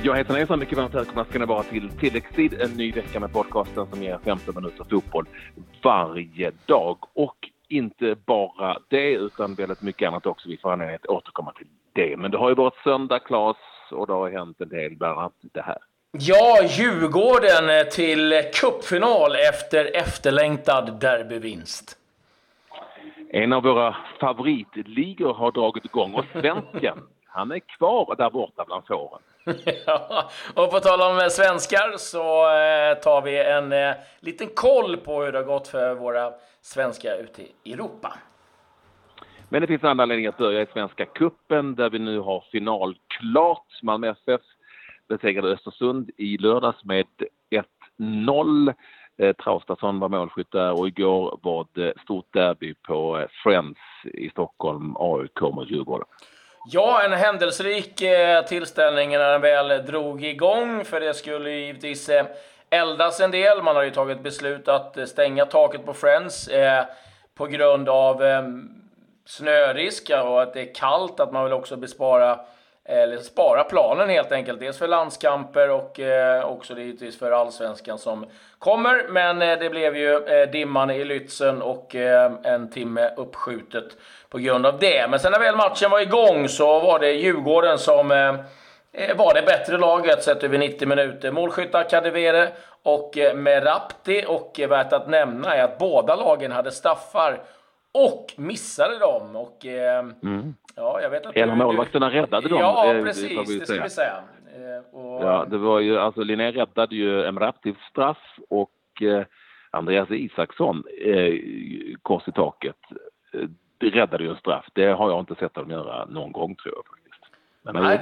Jag heter Nilsson, mycket varmt välkomna ska ni vara till Tilläggstid, en ny vecka med podcasten som ger 15 minuter fotboll varje dag. Och inte bara det utan väldigt mycket annat också. Vi får anledning att återkomma till det. Men det har ju varit söndag, Claes, och det har hänt en del, bland annat det här. Ja, Djurgården till cupfinal efter efterlängtad derbyvinst. En av våra favoritligor har dragit igång och svensken, han är kvar där borta bland fåren. Ja, och på tal om svenskar så tar vi en liten koll på hur det har gått för våra svenskar ute i Europa. Men det finns en anledning att börja i Svenska cupen där vi nu har final klart. Malmö FF besegrade Östersund i lördags med 1-0. Traustason var målskytt där och igår var det stort derby på Friends i Stockholm, AIK mot Djurgården. Ja, en händelserik tillställning när den väl drog igång, för det skulle givetvis eldas en del. Man har ju tagit beslut att stänga taket på Friends på grund av snörisk och att det är kallt, att man vill också spara planen helt enkelt. Dels för landskamper och också givetvis för allsvenskan som kommer. Men det blev ju dimman i Lützen och en timme uppskjutet på grund av det. Men sen när väl matchen var igång så var det Djurgården som var det bättre laget sett över 90 minuter. Målskyttar Kadewere och Merabti, och värt att nämna är att båda lagen hade staffar och missade dem. Och ja, jag vet att hela målvakterna räddade dem. Ja, precis, det ska vi säga. Ja, det var ju, alltså Linné räddade ju en raptiv straff och Andreas Isaksson kors i taket räddade ju en straff. Det har jag inte sett dem göra någon gång, tror jag faktiskt. Men nej,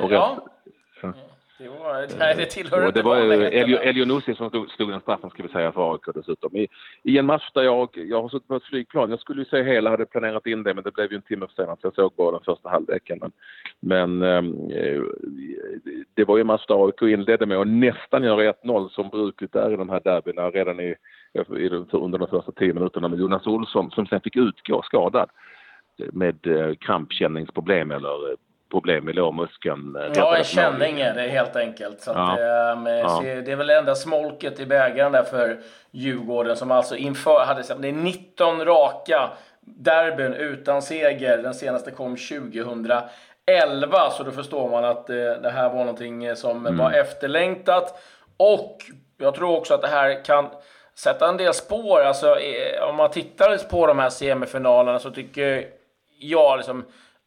det tillhör inte. Det var ju Elionussi som stod den straffen, ska vi säga, för AIK dessutom. I en match där jag har suttit på ett flygplan. Jag skulle ju säga hela, hade planerat in det, men det blev ju en timme för senare. Så jag såg bara den första halvleken. Men det var ju en match där AIK inledde med att nästan göra 1-0 som brukligt är i de här derbyna redan under de första 10 minuterna med Jonas Olsson, som sen fick utgå skadad med krampkänningsproblem eller problem med lårmuskeln. Ja, en känning är det helt enkelt. Så att, det är väl enda smolket i bägaren där för Djurgården, som alltså det är 19 raka derbyn utan seger. Den senaste kom 2011, så då förstår man att det här var någonting som var efterlängtat. Och jag tror också att det här kan sätta en del spår. Alltså, om man tittar på de här semifinalerna så tycker jag liksom,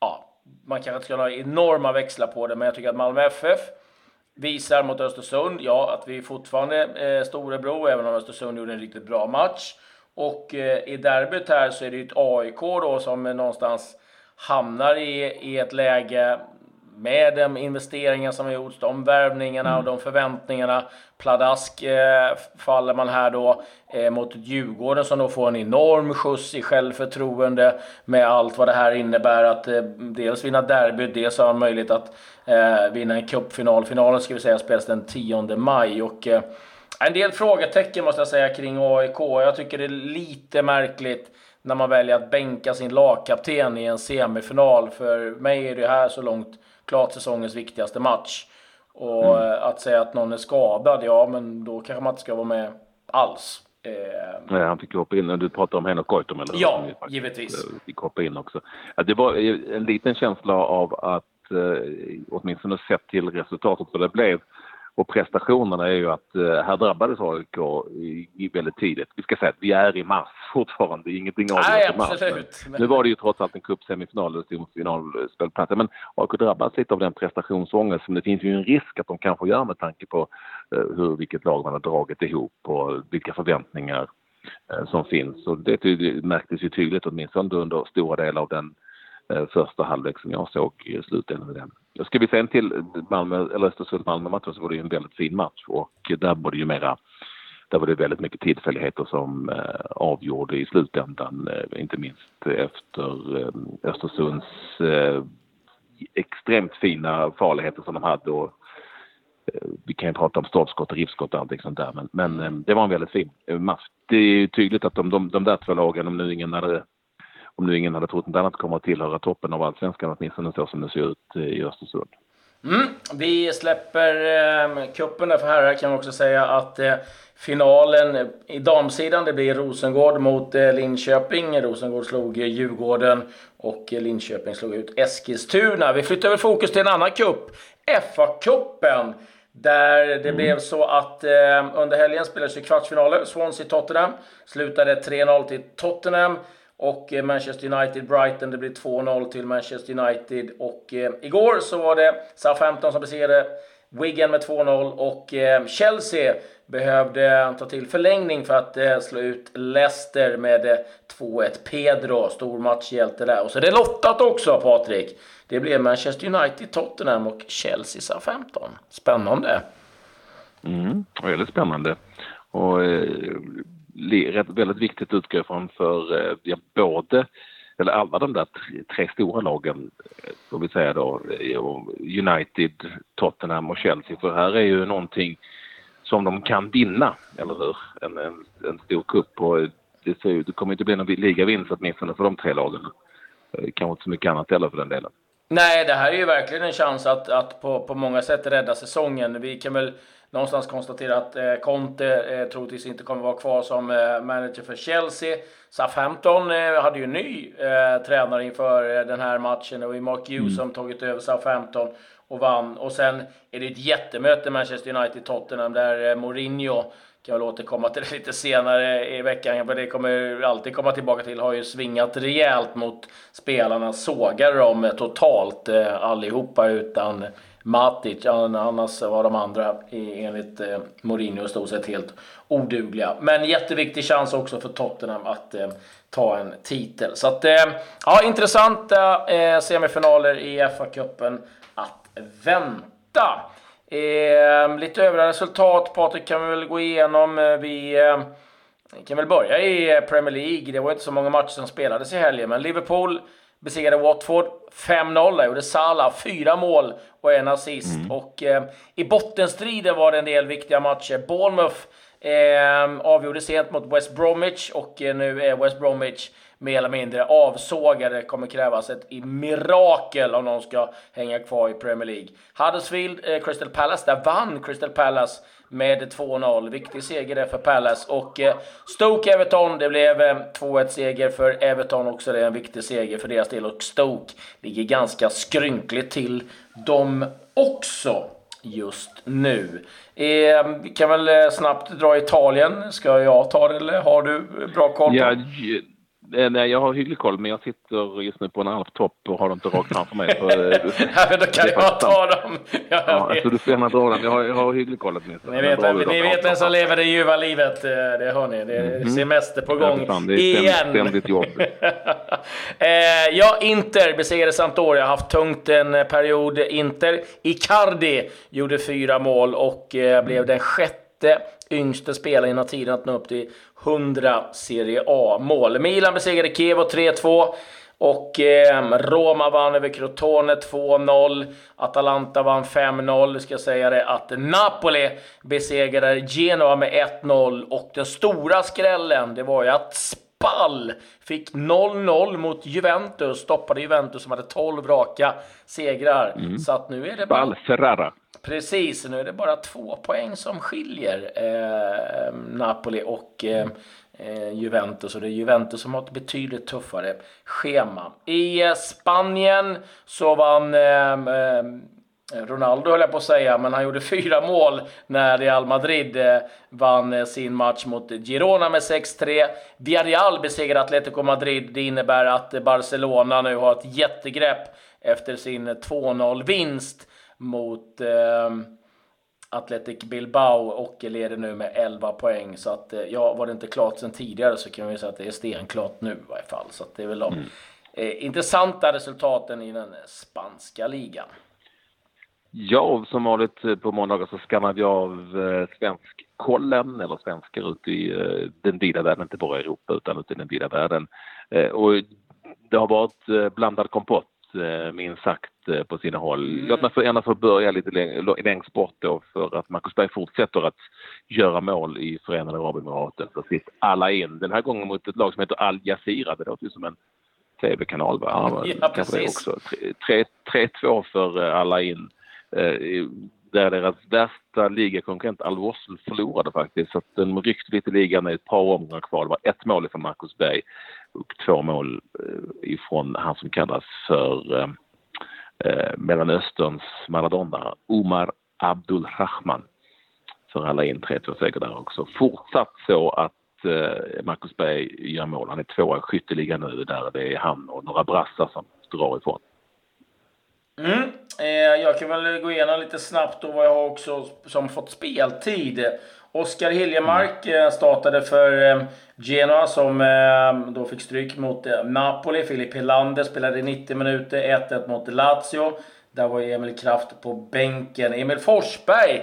man kanske inte ska ha enorma växlar på det, men jag tycker att Malmö FF visar mot Östersund, att vi fortfarande är storebror, även om Östersund gjorde en riktigt bra match. Och i derbyt här så är det ju ett AIK då som någonstans hamnar i ett läge med de investeringar som har gjorts, de värvningarna och de förväntningarna. Pladask faller man här då mot Djurgården, som då får en enorm skjuts i självförtroende med allt vad det här innebär. Att dels vinna derby, dels ha en möjlighet att vinna en cupfinal. Finalen ska vi säga spelas den 10 maj. Och en del frågetecken måste jag säga kring AIK. Jag tycker det är lite märkligt när man väljer att bänka sin lagkapten i en semifinal. För mig är det här så långt klart säsongens viktigaste match. Och att säga att någon är skadad, men då kanske man inte ska vara med alls. Nej, han fick hoppa in. Du pratar om Henrik Goitom, eller? Ja, givetvis. Fick hoppa in också. Ja, det var en liten känsla av att åtminstone sett till resultatet vad det blev och prestationerna är ju att här drabbades AIK väldigt tidigt. Vi ska säga att vi är i mars fortfarande, ingenting avgjort i mars. Nu var det ju trots allt en cupsemifinal och finalspelplats. Men AIK drabbas lite av den prestationsångest, som det finns ju en risk att de kanske gör med tanke på vilket lag man har dragit ihop och vilka förväntningar som finns. Och det märktes ju tydligt åtminstone under stora delar av den första halvlek som jag såg i slutändan med den. Jag ska vi säga till Östersund-Malmö-matchen, så var det ju en väldigt fin match, och där var det väldigt mycket tillfälligheter som avgjorde i slutändan, inte minst efter Östersunds extremt fina farligheter som de hade, och vi kan ju prata om stolpskott och riffskott och allting sånt där, men det var en väldigt fin match. Det är ju tydligt att de där två lagen, om nu ingen hade trott något annat, kommer att tillhöra toppen av allsvenskan, åtminstone så som det ser ut i Östersund. Vi släpper kuppen där för herrar. Kan man också säga att finalen i damsidan, det blir Rosengård mot Linköping. Rosengård slog Djurgården och Linköping slog ut Eskilstuna. Vi flyttar över fokus till en annan kupp, FA-kuppen. Där det blev så att under helgen spelades ju kvartsfinaler. Swansea-Tottenham slutade 3-0 till Tottenham. Och Manchester United-Brighton, det blir 2-0 till Manchester United. Och igår så var det Southampton som besegrade Wigan med 2-0. Och Chelsea behövde ta till förlängning för att slå ut Leicester med 2-1. Pedro, stor matchhjälte där. Och så är det lottat också, Patrik. Det blev Manchester United, Tottenham och Chelsea Southampton. Spännande. Väldigt spännande. Och väldigt viktigt utgå från för både, eller alla de där tre stora lagen, får vi säga då, United, Tottenham och Chelsea. För här är ju någonting som de kan vinna, eller hur? En stor kupp, och det kommer inte bli någon ligavinst åtminstone för de tre lagen. Kanske inte så mycket annat heller för den delen. Nej, det här är ju verkligen en chans att på många sätt rädda säsongen. Vi kan väl någonstans konstatera att Conte troligtvis inte kommer vara kvar som manager för Chelsea. Southampton hade ju ny tränare inför den här matchen, och Mark Hughes som tagit över Southampton och vann. Och sen är det ett jättemöte Manchester United-Tottenham där Mourinho, kan väl återkomma till det lite senare i veckan, för det kommer alltid komma tillbaka till, har ju svingat rejält mot spelarna, sågar dem totalt allihopa utan Matic. Annars var de andra enligt Mourinho stod sett helt odugliga. Men jätteviktig chans också för Tottenham att ta en titel. Så att, ja, intressanta semifinaler i FA-cupen att vänta. Lite övriga resultat, Patrik, kan vi väl gå igenom. Vi kan väl börja i Premier League. Det var inte så många matcher som spelades i helgen, men Liverpool besegrade Watford 5-0. Gjorde Salah 4 mål och en assist. Och i bottenstriden var det en del viktiga matcher. Bournemouth avgjorde sent mot West Bromwich, och nu är West Bromwich mer eller mindre avsågade. Det kommer krävas ett mirakel om någon ska hänga kvar i Premier League. Huddersfield, Crystal Palace, där vann Crystal Palace med 2-0. Viktig seger där för Palace. Och Stoke Everton, det blev 2-1 seger för Everton också. Det är en viktig seger för deras del. Och Stoke ligger ganska skrynkligt till dem också just nu. Vi kan väl snabbt dra Italien. Ska jag ta det, eller har du bra koll på? Ja, nej, jag har hygglig koll, men jag sitter just nu på en alptopp och har det inte rakt framför mig. Ja, men då kan jag ta dem. Ja, alltså du får gärna dra dem. Jag har hygglig koll åtminstone. Ni vet vem som lever det ljuva livet. Det hör ni. Det är semester på gång. Det är ständigt jobb. Ja, Inter besegrade Sampdoria. Jag har haft tungt en period. Inter. Icardi gjorde 4 mål och blev den sjätte yngste spelaren inom tiden att nå upp till 100 Serie A-mål. Milan besegrade Chievo 3-2 och Roma vann över Crotone 2-0. Atalanta vann 5-0. Jag ska säga det att Napoli besegrade Genoa med 1-0, och den stora skrällen, det var ju att Spal fick 0-0 mot Juventus. Stoppade Juventus som hade 12 raka segrar. Så att nu är det Spal Ferrara. Precis, nu är det bara 2 poäng som skiljer Napoli och Juventus. Och det är Juventus som har ett betydligt tuffare schema. I Spanien så vann Ronaldo, höll jag på att säga, men han gjorde 4 mål när Real Madrid vann sin match mot Girona med 6-3. Villarreal besegrade Atletico Madrid. Det innebär att Barcelona nu har ett jättegrepp efter sin 2-0-vinst mot Athletic Bilbao och leder nu med 11 poäng. Så att var det inte klart sedan tidigare, så kan vi säga att det är stenklart nu i varje fall. Så att det är väl de intressanta resultaten i den spanska ligan. Ja, som vanligt på måndagar så skannar vi av svenskkollen, eller svenskar ute i den vida världen, inte bara i Europa utan ute i den vida världen. Och det har varit blandad kompott, minst sagt, på sina håll. Låt mig gärna få börja lite längst bort då, för att Marcus Berg fortsätter att göra mål i Förenade Arabemiraten för sitt alla in. Den här gången mot ett lag som heter Al Jazeera. Det låter ju som en tv-kanal, va? Ja, precis. 3-2 för alla in. där deras värsta ligakonkurrent Al-Wasl förlorade faktiskt. Så att den ryckte lite ligan med ett par omgångar kvar. Det var 1 mål från Marcus Berg och 2 mål ifrån han som kallas för Mellanösterns Maradona, Omar Abdulrahman. För alla in 3-2-seger där också. Fortsatt så att Marcus Berg gör mål. Han är 2 i skytteligan nu där det är han och några brassar som drar ifrån. Jag kan väl gå igenom lite snabbt då vad jag har också som fått speltid. Oskar Hiljemark startade för Genoa som då fick stryk mot Napoli. Filip Helander spelade 90 minuter, 1-1 mot Lazio. Där var Emil Kraft på bänken. Emil Forsberg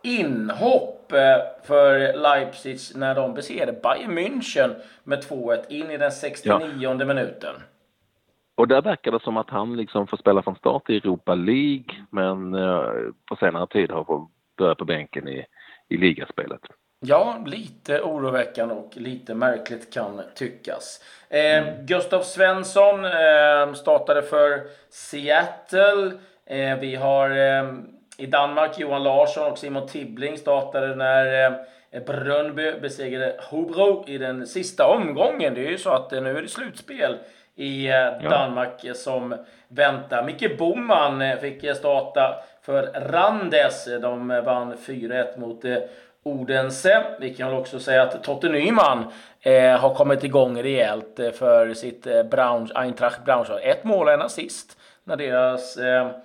inhopp för Leipzig när de besegrade Bayern München med 2-1 in i den 69:e minuten. Och där verkar det som att han liksom får spela från start i Europa League, men på senare tid har fått börja på bänken i ligaspelet. Ja, lite oroväckande och lite märkligt kan tyckas. Gustav Svensson startade för Seattle. Vi har i Danmark Johan Larsson och Simon Tibbling startade när Brøndby besegrade Hobro i den sista omgången. Det är ju så att nu är det slutspel i Danmark som väntar. Micke Boman fick starta för Randers. De vann 4-1 mot Odense. Vi kan också säga att Totte Nyman har kommit igång rejält för sitt Eintracht Braunschweig. 1 mål och en assist när deras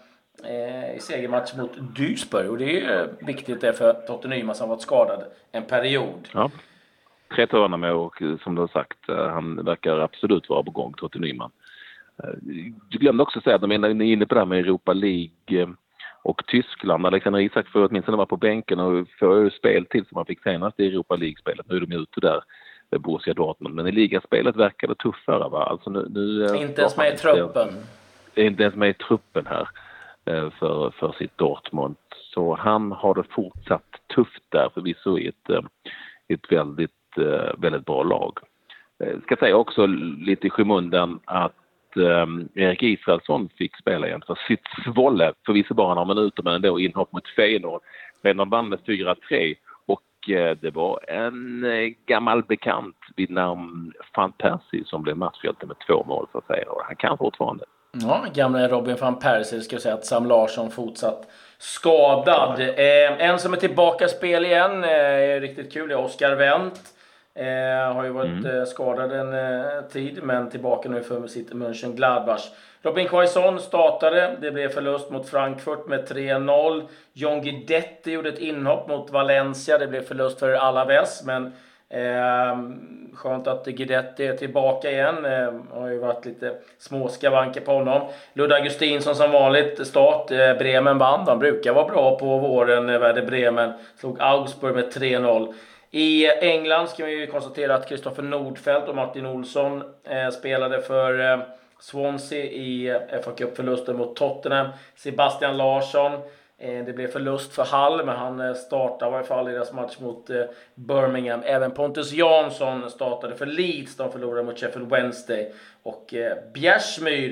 segermatch mot Duisburg. Och det är viktigt det för Totte Nyman som varit skadad en period. Ja. 3 törnar med och som du har sagt, han verkar absolut vara på gång, Totte Nyman. Du glömde också säga att de är inne på det här med Europa League och Tyskland. Alexander Isak får åtminstone vara på bänken och får ju spel till som han fick senast i Europa League-spelet. Nu är de ute där med Borussia Dortmund. Men i ligaspelet verkar det tuffare, va? Alltså nu inte ens med i truppen. Inte ens med i truppen här för sitt Dortmund. Så han har det fortsatt tufft där förvisso i ett väldigt bra lag. Ska säga också lite i skymundan att Erik Israelsson fick spela igen för sitt Zwolle. Förvisso bara några minuter, men ändå inhopp mot Feyenoord. Feyenoord vann med 4-3 och det var en gammal bekant vid namn Van Persie som blev matchhjälte med 2 mål för att säga. Och han kan fortfarande. Ja, gamla Robin van Persie, ska jag säga att Sam Larsson fortsatt skadad. En som är tillbaka i spel igen är riktigt kul, det är Oscar Wendt. Har ju varit skadad en tid, men tillbaka nu för sitt Mönchengladbach. Robin Quaison startade, det blev förlust mot Frankfurt med 3-0. John Guidetti gjorde ett inhopp mot Valencia, det blev förlust för Alaves, men skönt att Guidetti är tillbaka igen. Har ju varit lite småskavanker på honom. Ludde Augustinsson som vanligt start. Bremen vann, de brukar vara bra på våren. Werder Bremen slog Augsburg med 3-0. I England ska vi konstatera att Kristoffer Nordfeldt och Martin Olsson spelade för Swansea i FA Cup-förlusten mot Tottenham. Sebastian Larsson, det blev förlust för Hull, men han startade i varje fall i deras match mot Birmingham. Även Pontus Jansson startade för Leeds, de förlorade mot Sheffield Wednesday. Och Bjärsmyr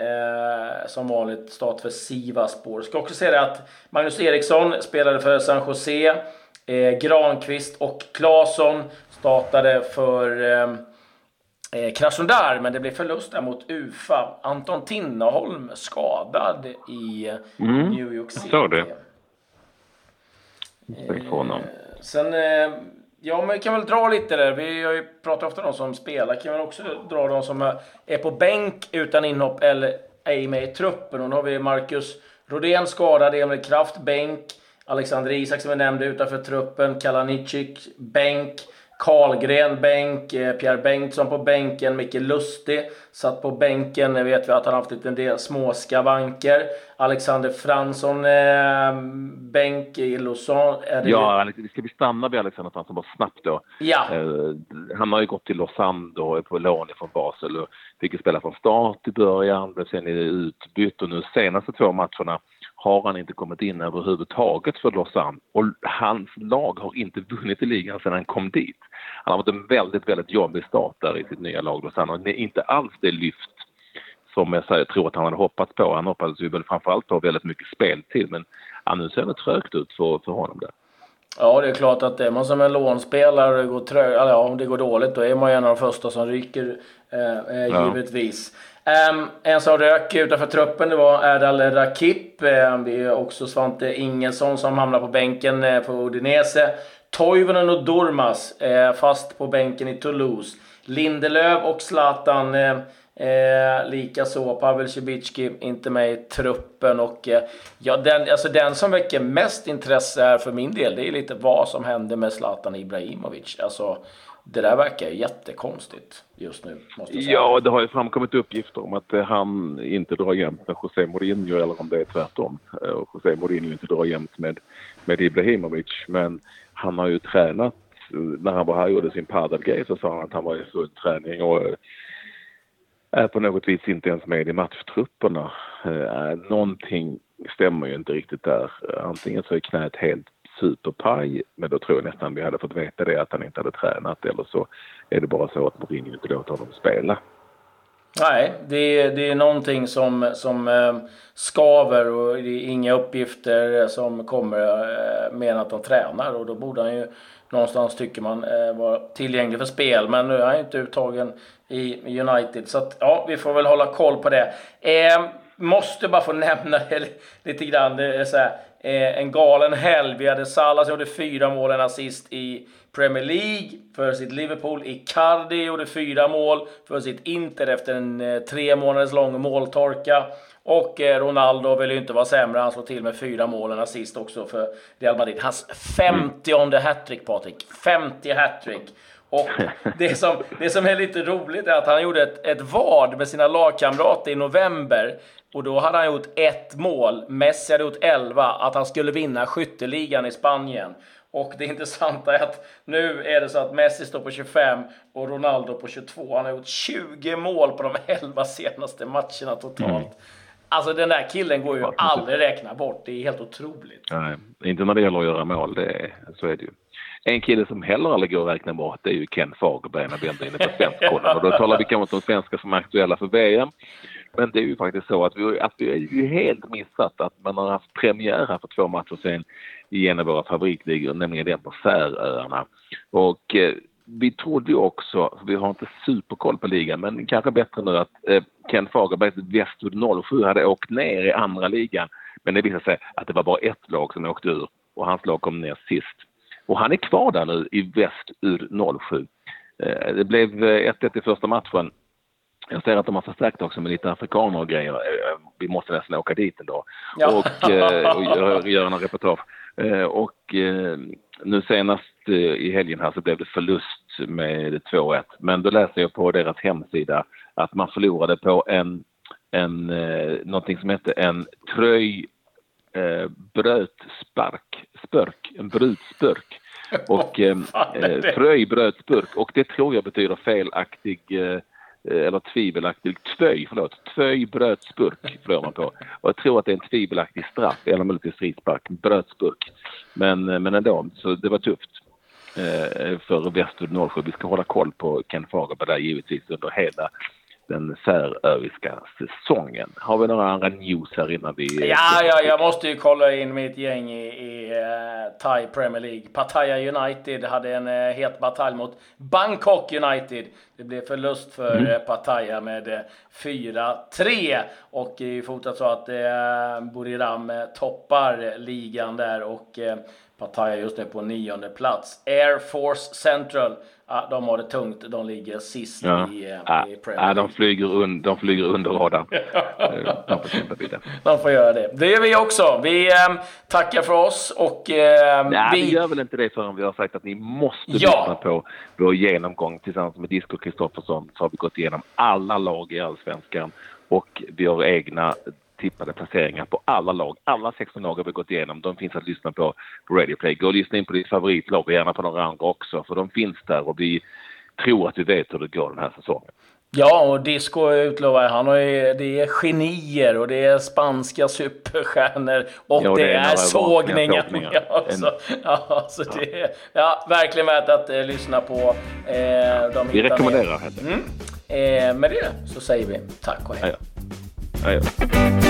som vanligt start för Sivasspor. Ska också säga att Magnus Eriksson spelade för San Jose. Granqvist och Claesson startade för Krasnodar, men det blev förlust där mot Ufa. Anton Tinnerholm skadad i New York City. Så det. Sen men vi kan väl dra lite där. Vi har ju pratat ofta om de som spelar. Kan vi också dra de som är på bänk utan inhopp eller ej med i truppen. Och då har vi Marcus Rodén skadad, Emil Kraft bänk, Alexander Isak som vi nämnde utanför truppen, Kalanic bänk, Karlgren bänk, Pierre Bengtsson på bänken, Micke Lustig satt på bänken. Nu vet vi att han haft en del små skavanker. Alexander Fransson bänk i Lausanne. Ja, vi ska stanna vid Alexander Fransson bara snabbt då. Ja. Han har ju gått till Lausanne då på lån från Basel och fick spela från start i början, blev sen utbytt och nu senaste 2 matcherna har han inte kommit in överhuvudtaget för Lausanne. Och hans lag har inte vunnit i ligan sedan han kom dit. Han har varit en väldigt, väldigt jobbig start där i sitt nya lag Lausanne. Och det är inte alls det lyft som jag tror att han hade hoppats på. Han hoppades ju väl framförallt på väldigt mycket speltid. Men nu ser det trögt ut för honom där. Ja, det är klart att det är man som en lånspelare går trögt, eller om det går dåligt, då är man en av de första som ryker, givetvis. En som rök utanför truppen, det var Erdal Rakip. Det är också Svante Ingelsson som hamnar på bänken på Udinese. Toivonen och Durmaz fast på bänken i Toulouse. Lindelöf och Zlatan likaså. Pavel Cibicki inte med i truppen. Och den som väcker mest intresse är för min del, det är lite vad som händer med Zlatan Ibrahimovic. Alltså, det där verkar jättekonstigt just nu, måste jag säga. Ja, det har ju framkommit uppgifter om att han inte drar jämnt med José Mourinho, eller om det är tvärtom. Och José Mourinho inte drar jämnt med Ibrahimovic. Men han har ju tränat, när han var här och gjorde sin padelgrej så sa han att han var i full träning och är på något vis inte ens med i matchtrupperna. Någonting stämmer ju inte riktigt där. Antingen så är knät helt superpaj, men då tror jag nästan vi hade fått veta det, att han inte hade tränat, eller så är det bara så att Mourinho inte låter honom spela. Nej, det är någonting som skaver, och det är inga uppgifter som kommer med att de tränar, och då borde han ju någonstans, tycker man, vara tillgänglig för spel, men nu är han inte uttagen i United, så att, ja, vi får väl hålla koll på det. Måste bara få nämna lite grann, det är så här, en galen helg. Vi hade Salah som gjorde 4 mål, en assist i Premier League för sitt Liverpool. Icardi gjorde 4 mål för sitt Inter efter en 3 månaders lång måltorka. Och Ronaldo vill ju inte vara sämre. Han slår till med 4 mål, en assist också för Real Madrid. Hans 50:e hattrick, Patrik. 50 hattrick. Och det som är lite roligt är att han gjorde ett vad med sina lagkamrater i november. Och då hade han gjort 1 mål. Messi hade gjort 11. Att han skulle vinna skytteligan i Spanien. Och det intressanta är att nu är det så att Messi står på 25 och Ronaldo på 22. Han har gjort 20 mål på de 11 senaste matcherna totalt. Alltså den där killen går ju aldrig räkna bort. Det är helt otroligt. Nej, inte när det gäller att göra mål. Så är det ju. En kille som heller aldrig går att räkna bort, det är ju Ken Fagerberg när vi ändå är inne på svenskkollen. Och då talar vi kanske om de svenska som är aktuella för VM. Men det är ju faktiskt så att vi är ju helt missat att man har haft premiär här för 2 matcher sedan i en av våra favoritligor, nämligen den på Färöarna. Och vi trodde ju också, vi har inte superkoll på ligan, men kanske bättre nu, att Ken Fagerbergs Västsud 07 hade åkt ner i andra ligan. Men det visade sig att det var bara ett lag som åkte ur, och hans lag kom ner sist. Och han är kvar där nu i Västsud 07. Det blev 1-1 i första matchen. Jag ser att de har förstärkt också med lite afrikaner och grejer. Vi måste nästan åka dit ändå. Ja. Och göra en reportage. Och nu senast i helgen här så blev det förlust med 2-1. Men då läser jag på deras hemsida att man förlorade på någonting som heter en brutspörk. Och brötspörk. Och det tror jag betyder felaktig eller tvivelaktig tvöjbrötspurk förlorar man på. Och jag tror att det är en tvivelaktig straff eller möjligtvis frispark, brötspurk. Men ändå, så det var tufft för Västsud 07. Vi ska hålla koll på Ken Fagerberg där givetvis under hela den färöiska säsongen. Har vi några andra news här innan vi... Ja, jag måste ju kolla in mitt gäng i Thai Premier League. Pattaya United hade en het batalj mot Bangkok United. Det blev förlust för Pattaya med 4-3. Och i fortsatt så att Buriram toppar ligan där, och Pattaya just nu på 9:e plats. Air Force Central, de har det tungt. De ligger sist i Premier League. De flyger under radarn. De får göra det. Det gör vi också. Vi tackar för oss. Och vi gör väl inte det förrän vi har sagt att ni måste lyssna på vår genomgång tillsammans med Disco Kristoffersson. Så har vi gått igenom alla lag i Allsvenskan. Och vi har egna tippade placeringar på alla lag. Alla 16 lag har vi gått igenom. De finns att lyssna på Radio Play. Gå och lyssna in på ditt favoritlag och gärna på några andra också. För de finns där och vi tror att vi vet hur det går den här säsongen. Ja, och Disco utlovar, det är genier och det är spanska superstjärnor och det är sågningar. Så det är verkligen värt att lyssna på. Vi rekommenderar. Med det så säger vi tack och hej. Ja.